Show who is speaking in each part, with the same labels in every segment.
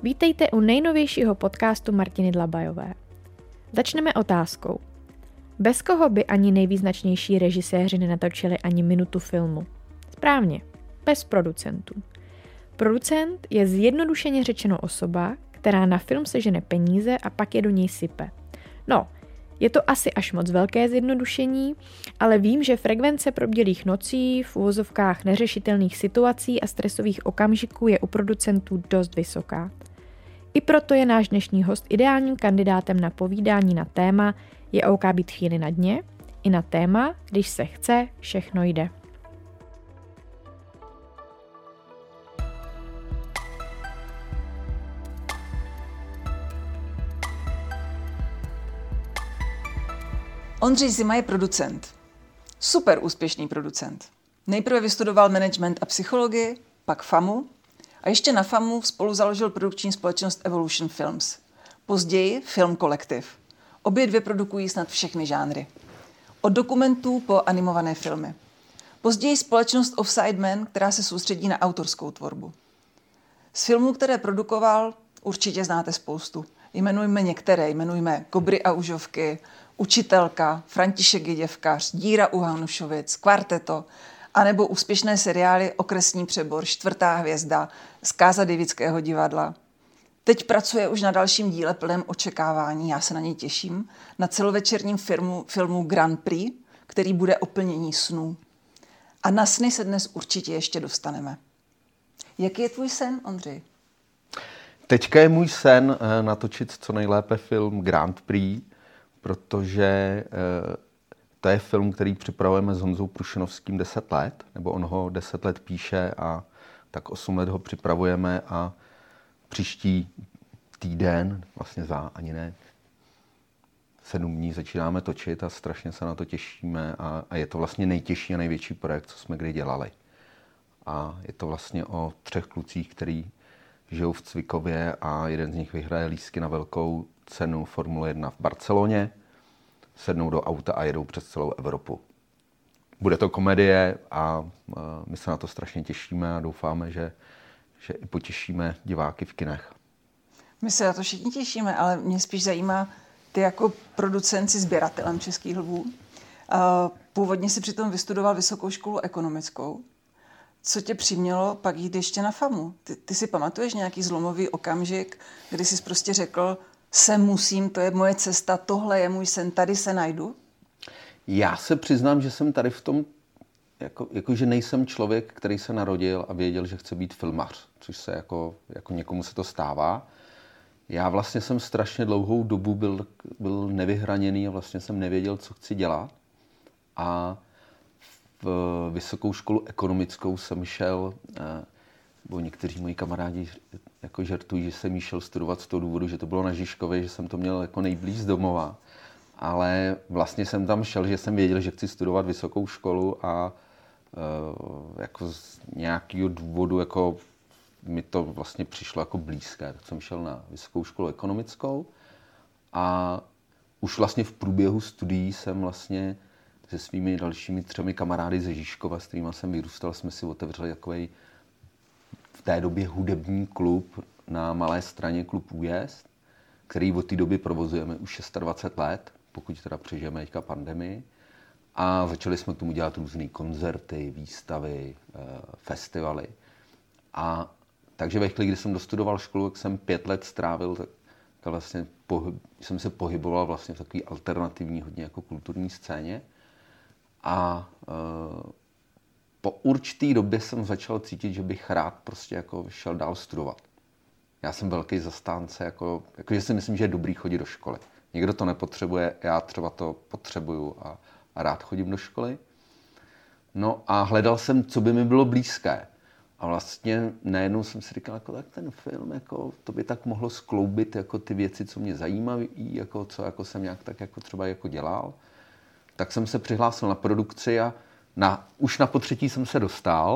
Speaker 1: Vítejte u nejnovějšího podcastu Martiny Dlabajové. Začneme otázkou. Bez koho by ani nejvýznačnější režiséři nenatočili ani minutu filmu? Správně, bez producentů. Producent je zjednodušeně řečeno osoba, která na film sežene peníze a pak je do něj sype. No, je to asi až moc velké zjednodušení, ale vím, že frekvence probdělých nocí, v uvozovkách neřešitelných situací a stresových okamžiků je u producentů dost vysoká. I proto je náš dnešní host ideálním kandidátem na povídání na téma Je OK být chvíli na dně, i na téma Když se chce, všechno jde.
Speaker 2: Ondřej Zima je producent. Super úspěšný producent. Nejprve vystudoval management a psychologii, pak FAMU a ještě na FAMU spolu založil produkční společnost Evolution Films. Později Film Kolektiv. Obě dvě produkují snad všechny žánry. Od dokumentů po animované filmy. Později společnost Offside Man, která se soustředí na autorskou tvorbu. Z filmů, které produkoval, určitě znáte spoustu. Jmenujme některé, jmenujme Kobry a užovky, Učitelka, František Jiděvkař, Díra u Hanušovic, Kvarteto, anebo úspěšné seriály Okresní přebor, Čtvrtá hvězda, Zkáza Davidského divadla. Teď pracuje už na dalším díle plném očekávání, já se na něj těším, na celovečerním filmu Grand Prix, který bude o plnění snů. A na sny se dnes určitě ještě dostaneme. Jaký je tvůj sen, Ondřej?
Speaker 3: Teďka je můj sen natočit co nejlépe film Grand Prix, protože to je film, který připravujeme s Honzou Prušenovským 10 let, nebo on ho 10 let píše a tak 8 let ho připravujeme a příští týden, vlastně za ani ne 7 dní začínáme točit a strašně se na to těšíme a je to vlastně nejtěžší a největší projekt, co jsme kdy dělali. A je to vlastně o 3 klucích, který žijou v Cvikově a jeden z nich vyhraje lístky na velkou cenu Formule 1 v Barceloně, sednou do auta a jedou přes celou Evropu. Bude to komedie a my se na to strašně těšíme a doufáme, že i potěšíme diváky v kinech.
Speaker 2: My se na to všichni těšíme, ale mě spíš zajímá, ty jako producent si sběratelem Českých lvů. Původně si přitom vystudoval Vysokou školu ekonomickou. Co tě přimělo pak jít ještě na FAMU? Ty si pamatuješ nějaký zlomový okamžik, kdy jsi prostě řekl, sem musím, to je moje cesta, tohle je můj sen, tady se najdu?
Speaker 3: Já se přiznám, že jsem tady v tom, že nejsem člověk, který se narodil a věděl, že chce být filmař, což se jako někomu se to stává. Já vlastně jsem strašně dlouhou dobu byl nevyhraněný a vlastně jsem nevěděl, co chci dělat. A v Vysokou školu ekonomickou jsem šel, bo někteří moji kamarádi jako žertují, že jsem šel studovat z toho důvodu, že to bylo na Žižkově, že jsem to měl jako nejblíž z domova. Ale vlastně jsem tam šel, že jsem věděl, že chci studovat vysokou školu a jako z nějakého důvodu jako mi to vlastně přišlo jako blízké. Tak jsem šel na Vysokou školu ekonomickou a už vlastně v průběhu studií jsem vlastně se svými dalšími 3 kamarády ze Žižkova, s kterými jsem vyrůstal, jsme si otevřeli takový v té době hudební klub na Malé Straně, klub Újezd, který od té doby provozujeme už 26 let, pokud teda přežijeme teďka pandemii. A začali jsme k tomu dělat různé koncerty, výstavy, festivaly. A takže ve chvíli, kdy jsem dostudoval školu, tak jsem 5 let strávil, tak vlastně jsem se pohyboval vlastně v takové alternativní, hodně jako kulturní scéně. A po určitý době jsem začal cítit, že bych rád prostě jako šel dál studovat. Já jsem velký zastánce, že si myslím, že je dobrý chodit do školy. Někdo to nepotřebuje, já třeba to potřebuju a rád chodím do školy. No a hledal jsem, co by mi bylo blízké. A vlastně najednou jsem si říkal, tak ten film, to by tak mohlo skloubit ty věci, co mě zajímají, co jsem nějak tak třeba dělal. Tak jsem se přihlásil na produkci a už na potřetí jsem se dostal.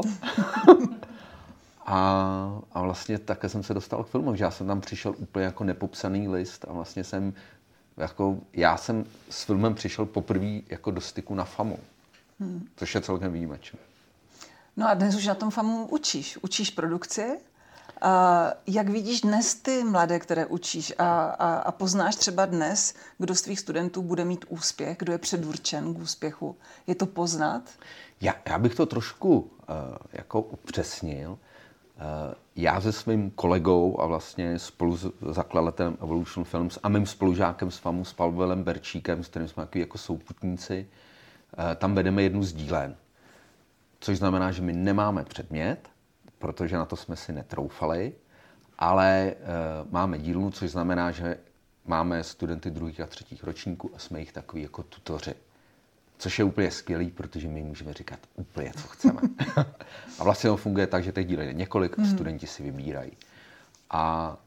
Speaker 3: A vlastně také jsem se dostal k filmu, že já jsem tam přišel úplně jako nepopsaný list a vlastně já jsem s filmem přišel poprvé jako do styku na FAMU, což je celkem výjimečné.
Speaker 2: No a dnes už na tom FAMU učíš produkci Jak vidíš dnes ty mladé, které učíš a poznáš třeba dnes, kdo z tvých studentů bude mít úspěch, kdo je předurčen k úspěchu? Je to poznat?
Speaker 3: Já bych to trošku jako upřesnil. Já se svým kolegou a vlastně spoluzakladatelem Evolution Films a mým spolužákem s FAMU, s Pavelem Berčíkem, s kterým jsme jako souputníci, tam vedeme jednu z dílen. Což znamená, že my nemáme předmět, protože na to jsme si netroufali, ale máme dílnu, což znamená, že máme studenty druhých a třetích ročníků a jsme jich takový jako tutoři. Což je úplně skvělý, protože my můžeme říkat úplně, co chceme. A vlastně to funguje tak, že těch dílů je několik, studenti si vybírají. A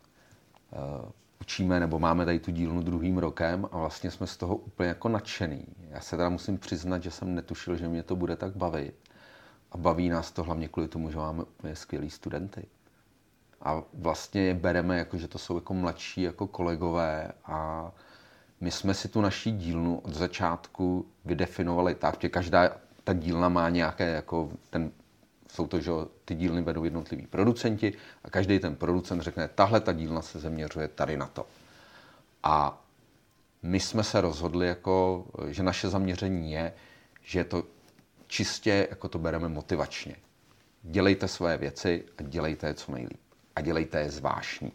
Speaker 3: učíme, nebo máme tady tu dílnu druhým rokem a vlastně jsme z toho úplně jako nadšený. Já se teda musím přiznat, že jsem netušil, že mě to bude tak bavit. A baví nás to hlavně kvůli tomu, že máme úplně skvělý studenty. A vlastně je bereme, jako, že to jsou jako mladší jako kolegové a my jsme si tu naší dílnu od začátku vydefinovali tak, že každá ta dílna má nějaké, jako jsou to, že ty dílny vedou jednotliví producenti a každý ten producent řekne, tahle ta dílna se zaměřuje tady na to. A my jsme se rozhodli, jako, že naše zaměření je, že to čistě jako to bereme motivačně. Dělejte své věci a dělejte je co nejlíp. A dělejte je zvláštní.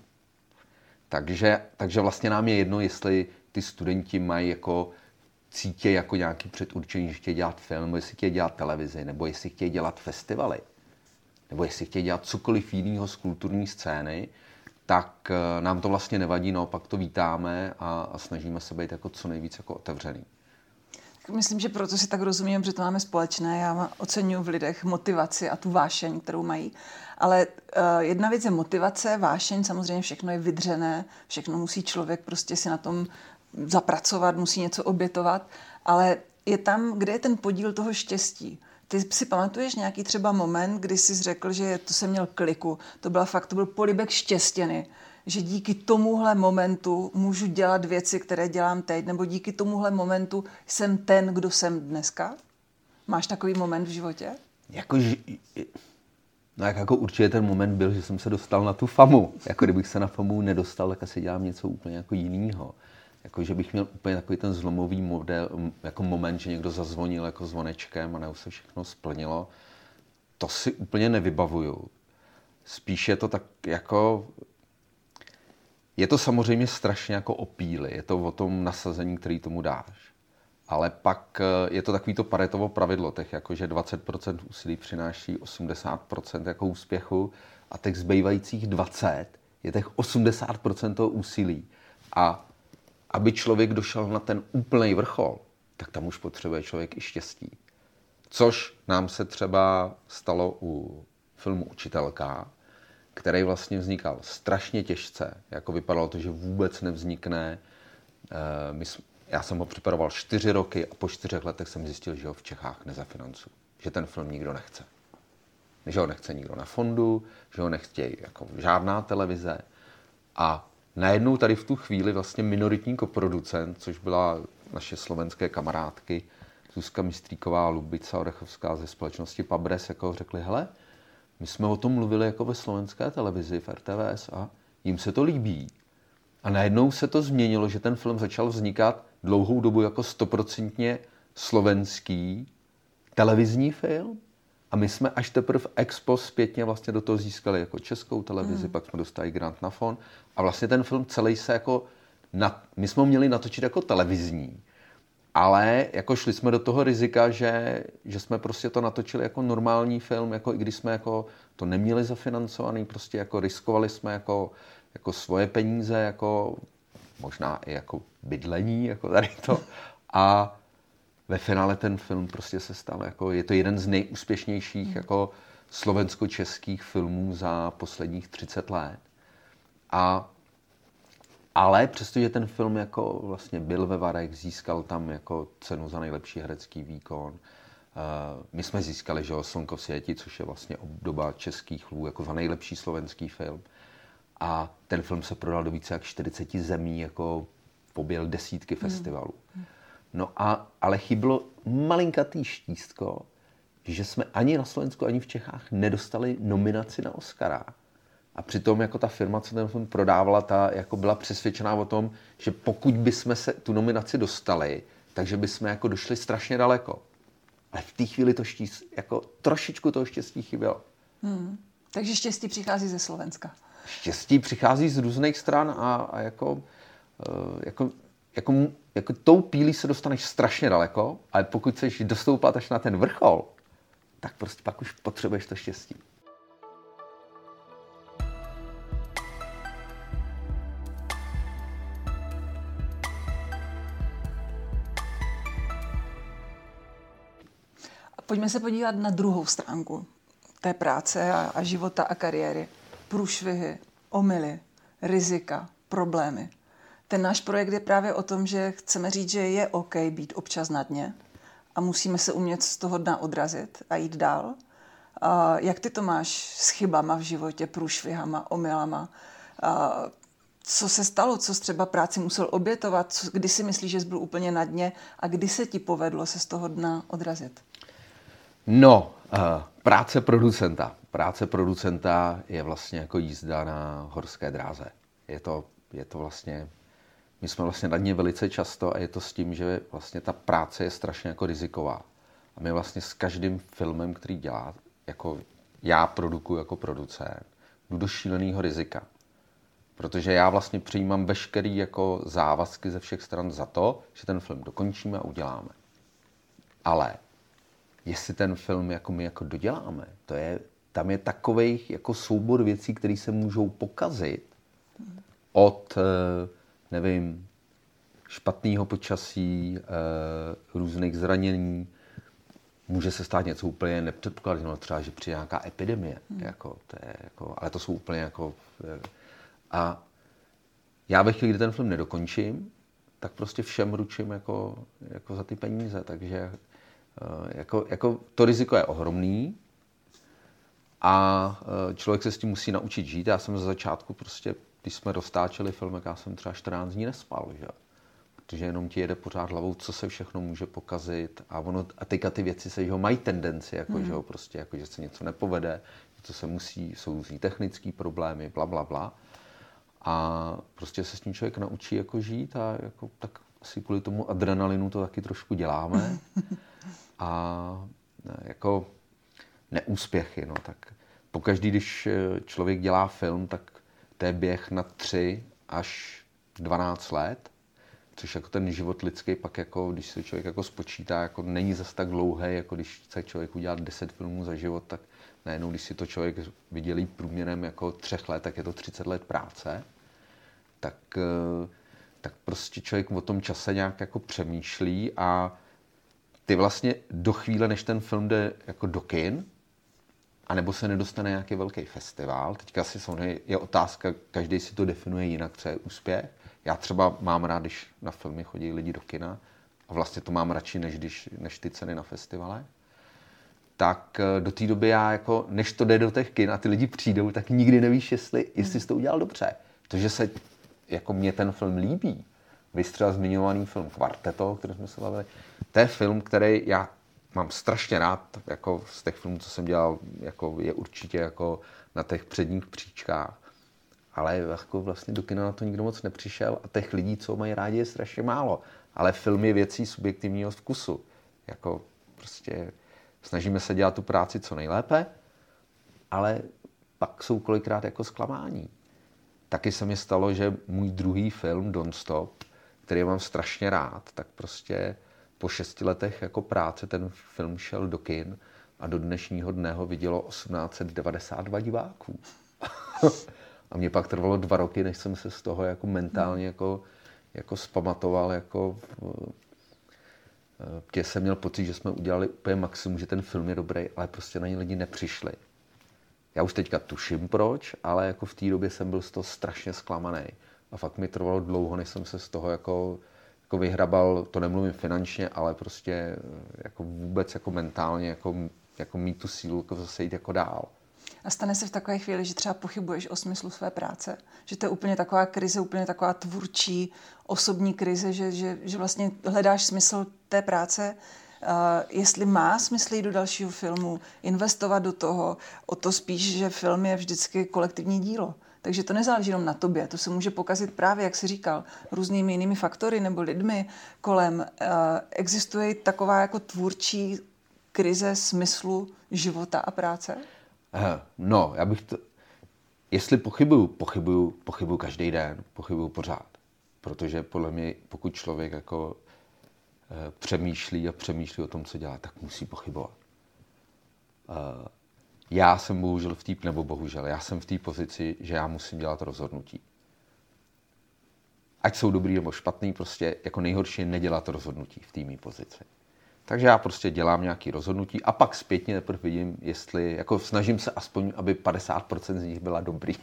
Speaker 3: Takže vlastně nám je jedno, jestli ty studenti mají jako cítě jako nějaký předurčení, že chtějí dělat film, nebo jestli chtějí dělat televizi, nebo jestli chtějí dělat festivaly, nebo jestli chtějí dělat cokoliv jiného z kulturní scény, tak nám to vlastně nevadí, naopak to vítáme a snažíme se být jako co nejvíc jako otevřený.
Speaker 2: Myslím, že proto si tak rozumím, že to máme společné. Já oceňuji v lidech motivaci a tu vášeň, kterou mají. Ale jedna věc je motivace, vášeň, samozřejmě všechno je vydřené, všechno musí člověk prostě si na tom zapracovat, musí něco obětovat, ale je tam, kde je ten podíl toho štěstí. Ty si pamatuješ nějaký třeba moment, kdy jsi řekl, že to jsem měl kliku, to byl polibek štěstěny, že díky tomuhle momentu můžu dělat věci, které dělám teď, nebo díky tomuhle momentu jsem ten, kdo jsem dneska? Máš takový moment v životě?
Speaker 3: Jako určitě ten moment byl, že jsem se dostal na tu FAMU. Jako kdybych se na FAMU nedostal, tak asi dělám něco úplně jako jinýho. Jako, že bych měl úplně takový ten zlomový model, jako moment, že někdo zazvonil jako zvonečkem a najednou se všechno splnilo. To si úplně nevybavuju. Spíš je to tak jako... Je to samozřejmě strašně jako o píli, je to o tom nasazení, který tomu dáš. Ale pak je to takový to Paretovo pravidlo, těch jako, že 20% úsilí přináší 80% jako úspěchu a těch zbývajících 20 je těch 80% toho úsilí. A aby člověk došel na ten úplný vrchol, tak tam už potřebuje člověk i štěstí. Což nám se třeba stalo u filmu Učitelka, který vlastně vznikal strašně těžce. Jako vypadalo to, že vůbec nevznikne. Já jsem ho připravoval 4 roky a po 4 letech jsem zjistil, že ho v Čechách nezafinancuji. Že ten film nikdo nechce. Že ho nechce nikdo na fondu, že ho nechtějí jako žádná televize. A najednou tady v tu chvíli vlastně minoritní koproducent, což byla naše slovenské kamarádky Zuzka Mistríková a Lubica Orechovská ze společnosti Pabres, jako řekli, hele, my jsme o tom mluvili jako ve slovenské televizi, v RTVS a jim se to líbí. A najednou se to změnilo, že ten film začal vznikat dlouhou dobu jako 100% slovenský televizní film. A my jsme až teprve ex post zpětně vlastně do toho získali jako českou televizi, pak jsme dostali grant na fond. A vlastně ten film celý se jako... My jsme ho měli natočit jako televizní. Ale jako šli jsme do toho rizika, že jsme prostě to natočili jako normální film, jako i když jsme jako to neměli zafinancovaný, prostě jako riskovali jsme jako svoje peníze, jako možná i jako bydlení, jako tady to. A ve finále ten film prostě se stal jako, je to jeden z nejúspěšnějších jako slovensko-českých filmů za posledních 30 let. Ale přestože ten film jako vlastně byl ve Varech, získal tam jako cenu za nejlepší herecký výkon. My jsme získali, že Slnko v světi, což je vlastně obdoba českých lvů, jako za nejlepší slovenský film. A ten film se prodal do více jak 40 zemí, jako poběl desítky festivalů. No ale chybilo malinkatý štístko, že jsme ani na Slovensku, ani v Čechách nedostali nominaci na Oscara. A přitom jako ta firma, co ten film prodávala, ta jako byla přesvědčená o tom, že pokud bychom se tu nominaci dostali, takže bychom jako došli strašně daleko. Ale v té chvíli to jako trošičku toho štěstí chybělo.
Speaker 2: Takže štěstí přichází ze Slovenska.
Speaker 3: Štěstí přichází z různých stran a jako tou pílí se dostaneš strašně daleko, ale pokud chceš dostoupat až na ten vrchol, tak prostě pak už potřebuješ to štěstí.
Speaker 2: A pojďme se podívat na druhou stránku té práce a života a kariéry. Průšvihy, omyly, rizika, problémy. Ten náš projekt je právě o tom, že chceme říct, že je OK být občas na dně a musíme se umět z toho dna odrazit a jít dál. A jak ty to máš s chybama v životě, průšvihama, omylama? A co se stalo? Co jsi třeba práci musel obětovat? Kdy si myslíš, že jsi byl úplně na dně a kdy se ti povedlo se z toho dna odrazit?
Speaker 3: No, práce producenta. Práce producenta je vlastně jako jízda na horské dráze. Je to vlastně, my jsme vlastně na dně velice často a je to s tím, že vlastně ta práce je strašně jako riziková. A my vlastně s každým filmem, který dělá, jako já produkuju jako producent, jdu do šíleného rizika. Protože já vlastně přijímám veškerý jako závazky ze všech stran za to, že ten film dokončíme a uděláme. Ale jestli ten film jako my jako doděláme, tam je takovej jako soubor věcí, které se můžou pokazit od, nevím, špatného počasí, různých zranění. Může se stát něco úplně nepředpokladného, třeba, že přijde nějaká epidemie. Ale to jsou úplně jako... A já ve chvíli, kdy ten film nedokončím, tak prostě všem ručím jako za ty peníze. Takže jako to riziko je ohromný a člověk se s tím musí naučit žít. Já jsem ze začátku prostě, když jsme roztáčeli film, já jsem třeba 14 dní nespal, že? Protože jenom ti jede pořád hlavou, co se všechno může pokazit a teďka ty věci se mají tendenci, že prostě, jako, že se něco nepovede, něco se jsou různý technický problémy, bla, bla, bla. A prostě se s tím člověk naučí jako žít a jako, tak asi kvůli tomu adrenalinu to taky trošku děláme. A jako neúspěchy, no, tak pokaždý, když člověk dělá film, tak to je běh na 3 až 12 let, což jako ten život lidský pak jako, když se člověk jako spočítá, jako není zas tak dlouhý, jako když chce člověk udělat 10 filmů za život, tak najednou, když si to člověk vydělí průměrem jako 3 let, tak je to 30 let práce, tak prostě člověk o tom čase nějak jako přemýšlí a ty vlastně do chvíle, než ten film jde jako do kin, anebo se nedostane nějaký velký festival. Teďka si samozřejmě je otázka, každý si to definuje jinak, co je úspěch. Já třeba mám rád, když na filmy chodí lidi do kina a vlastně to mám radši, než ty ceny na festivale. Tak do té doby já jako, než to jde do těch kin a ty lidi přijdou, tak nikdy nevíš, jestli jsi to udělal dobře. Protože se jako mě ten film líbí. Vy třeba zmiňovaný film Kvarteto, o kterém jsme se bavili. To je film, který já mám strašně rád, jako z těch filmů, co jsem dělal, jako je určitě jako na těch předních příčkách. Ale jako vlastně do kina na to nikdo moc nepřišel a těch lidí, co mají rádi, je strašně málo. Ale film je věcí subjektivního vkusu. Jako prostě snažíme se dělat tu práci co nejlépe, ale pak jsou kolikrát jako zklamání. Taky se mi stalo, že můj druhý film Don't Stop, který mám strašně rád, tak prostě po 6 letech jako práce ten film šel do kin a do dnešního dne ho vidělo 1892 diváků. A mě pak trvalo 2 roky, než jsem se z toho jako mentálně jako zpamatoval, protože jsem měl pocit, že jsme udělali úplně maximum, že ten film je dobrý, ale prostě na ně lidi nepřišli. Já už teďka tuším proč, ale jako v té době jsem byl z toho strašně zklamaný. A fakt mi trvalo dlouho, než jsem se z toho jako vyhrabal, to nemluvím finančně, ale prostě jako vůbec jako mentálně jako mít tu sílu jako zase jít jako dál.
Speaker 2: A stane se v takové chvíli, že třeba pochybuješ o smyslu své práce? Že to je úplně taková krize, úplně taková tvůrčí, osobní krize, že vlastně hledáš smysl té práce, jestli má smysl jít do dalšího filmu, investovat do toho, o to spíš, že film je vždycky kolektivní dílo. Takže to nezáleží jenom na tobě, to se může pokazit právě, jak jsi říkal, různými jinými faktory nebo lidmi kolem. Existuje taková jako tvůrčí krize smyslu života a práce?
Speaker 3: No, já bych to... Jestli pochybuju každý den, pochybuju pořád. Protože podle mě, pokud člověk jako přemýšlí o tom, co dělá, tak musí pochybovat. Já jsem já jsem v té pozici, že já musím dělat rozhodnutí. Ať jsou dobrý nebo špatný, prostě jako nejhorší je nedělat rozhodnutí v té mý pozici. Takže já prostě dělám nějaké rozhodnutí a pak zpětně teprve vidím, jestli, jako snažím se aspoň, aby 50% z nich byla dobrý.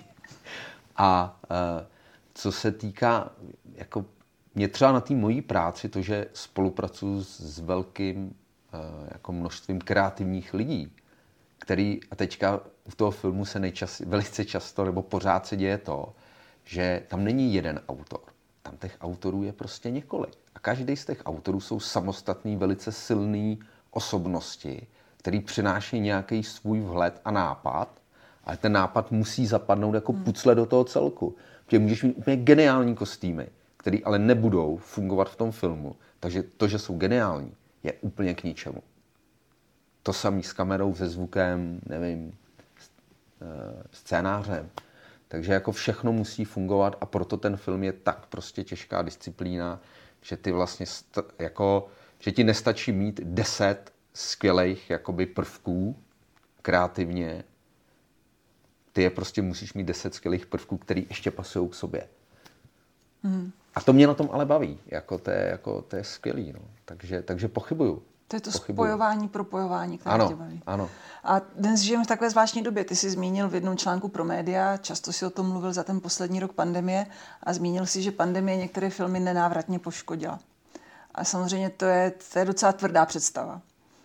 Speaker 3: A co se týká, jako mě třeba na té mojí práci, to, že spolupracuji s velkým jako množstvím kreativních lidí, který, a teďka v toho filmu se velice často, nebo pořád se děje to, že tam není jeden autor. Tam těch autorů je prostě několik. A každý z těch autorů jsou samostatný, velice silný osobnosti, který přináší nějaký svůj vhled a nápad, ale ten nápad musí zapadnout jako pucle do toho celku. Protože můžeš mít úplně geniální kostýmy, které ale nebudou fungovat v tom filmu. Takže to, že jsou geniální, je úplně k ničemu. To samé s kamerou, se zvukem, nevím, scénářem. Takže jako všechno musí fungovat a proto ten film je tak prostě těžká disciplína, že ty vlastně že ti nestačí mít 10 skvělých jakoby prvků kreativně. Ty je prostě musíš mít 10 skvělých prvků, který ještě pasují k sobě. A to mě na tom ale baví. To je skvělý. No. Takže pochybuju.
Speaker 2: To je to spojování, propojování, které tě baví.
Speaker 3: Ano.
Speaker 2: A dnes žijeme v takové zvláštní době. Ty jsi zmínil v jednom článku pro média, často si o tom mluvil za ten poslední rok pandemie a zmínil si, že pandemie některé filmy nenávratně poškodila. A samozřejmě to je docela tvrdá představa.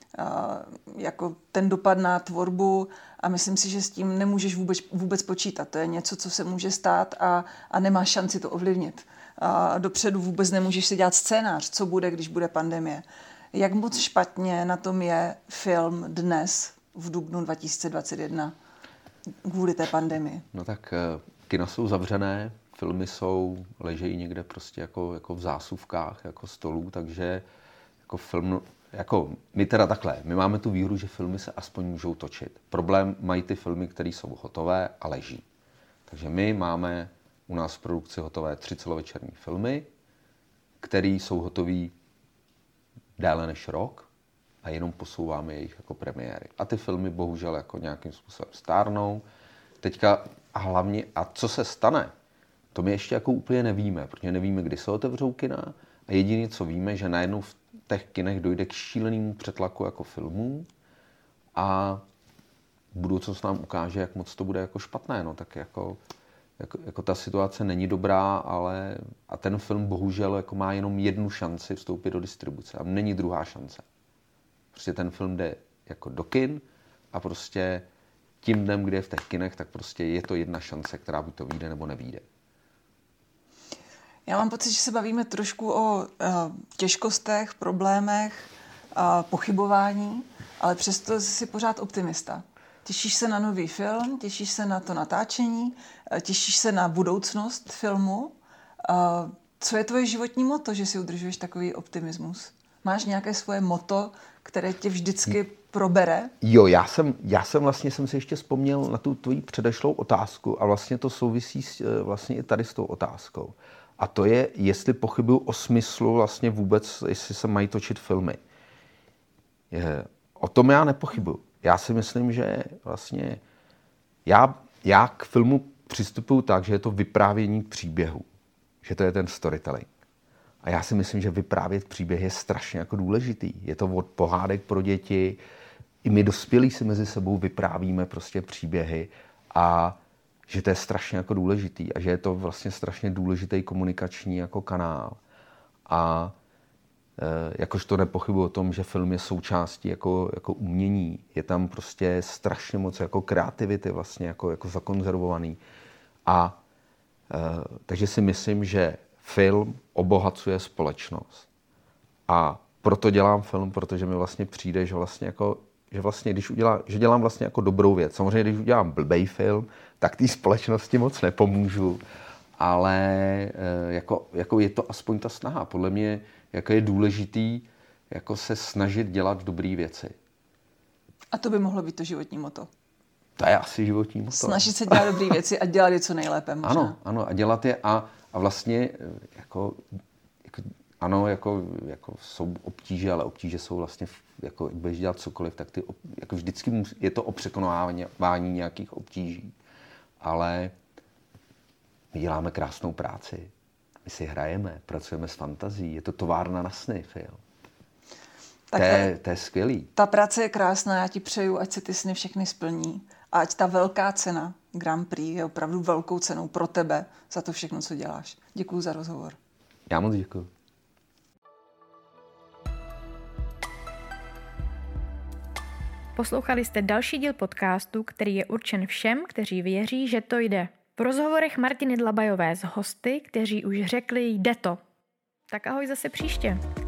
Speaker 2: Jako ten dopad na tvorbu a myslím si, že s tím nemůžeš vůbec počítat. To je něco, co se může stát a nemáš šanci to ovlivnit. Dopředu vůbec nemůžeš si dělat scénář, co bude, když bude pandemie. Jak moc špatně na tom je film dnes, v dubnu 2021, kvůli té pandemii?
Speaker 3: No tak kina jsou zavřené, filmy ležejí někde prostě jako v zásuvkách, jako stolů, takže jako film, jako my teda takhle, my máme tu výhodu, že filmy se aspoň můžou točit. Problém mají ty filmy, které jsou hotové a leží. Takže my máme u nás v produkci hotové 3 celovečerní filmy, které jsou hotové déle než rok a jenom posouváme jejich jako premiéry. A ty filmy bohužel jako nějakým způsobem stárnou. Teďka a hlavně, a co se stane, to my ještě jako úplně nevíme, protože nevíme, kdy se otevřou kina a jediné, co víme, že najednou v těch kinech dojde k šílenému přetlaku jako filmů a budoucnost nám ukáže, jak moc to bude jako špatné. No, tak jako ta situace není dobrá, ale a ten film bohužel jako má jenom jednu šanci vstoupit do distribuce a není druhá šance. Prostě ten film jde jako do kin a prostě tím dnem, kdy je v těch kinech, tak prostě je to jedna šance, která buď to vyjde nebo nevyjde.
Speaker 2: Já mám pocit, že se bavíme trošku o těžkostech, problémech, pochybování, ale přesto jsi pořád optimista. Těšíš se na nový film, těšíš se na to natáčení, těšíš se na budoucnost filmu. Co je tvoje životní motto, že si udržuješ takový optimismus? Máš nějaké svoje motto, které tě vždycky probere?
Speaker 3: Jo, já jsem vlastně jsem si ještě vzpomněl na tu tvoji předešlou otázku a vlastně to souvisí vlastně i tady s tou otázkou. A to je, jestli pochybuju o smyslu vlastně vůbec, jestli se mají točit filmy. O tom já nepochybuju. Já si myslím, že vlastně já k filmu přistupuju tak, že je to vyprávění příběhu. Že to je ten storytelling. A já si myslím, že vyprávět příběh je strašně jako důležitý. Je to od pohádek pro děti. I my dospělí si mezi sebou vyprávíme prostě příběhy a že to je strašně jako důležitý a že je to vlastně strašně důležitý komunikační jako kanál. A jakož to nepochybuji o tom, že film je součástí jako umění. Je tam prostě strašně moc jako kreativity vlastně jako zakonzervovaný. A takže si myslím, že film obohacuje společnost. A proto dělám film, protože mi vlastně přijde, že vlastně jako, že dělám vlastně jako dobrou věc. Samozřejmě, když udělám blbej film, tak té společnosti moc nepomůžu, ale jako je to aspoň ta snaha. Podle mě jako je důležitý jako se snažit dělat dobré věci.
Speaker 2: A to by mohlo být to životní motto.
Speaker 3: To je asi životní motto.
Speaker 2: Snažit se dělat dobré věci a dělat je co nejlépe možná.
Speaker 3: Ano, a dělat je a vlastně jako jsou obtíže, ale obtíže jsou vlastně, jako budeš dělat cokoliv, tak ty jako vždycky je to o překonávání nějakých obtíží. Ale my děláme krásnou práci. My si hrajeme, pracujeme s fantazí, je to továrna na sny, jo. To je skvělý.
Speaker 2: Ta práce je krásná, já ti přeju, ať se ty sny všechny splní a ať ta velká cena Grand Prix je opravdu velkou cenou pro tebe za to všechno, co děláš. Děkuju za rozhovor.
Speaker 3: Já moc děkuju.
Speaker 1: Poslouchali jste další díl podcastu, který je určen všem, kteří věří, že to jde. V rozhovorech Martiny Dlabajové s hosty, kteří už řekli jde to. Tak ahoj zase příště.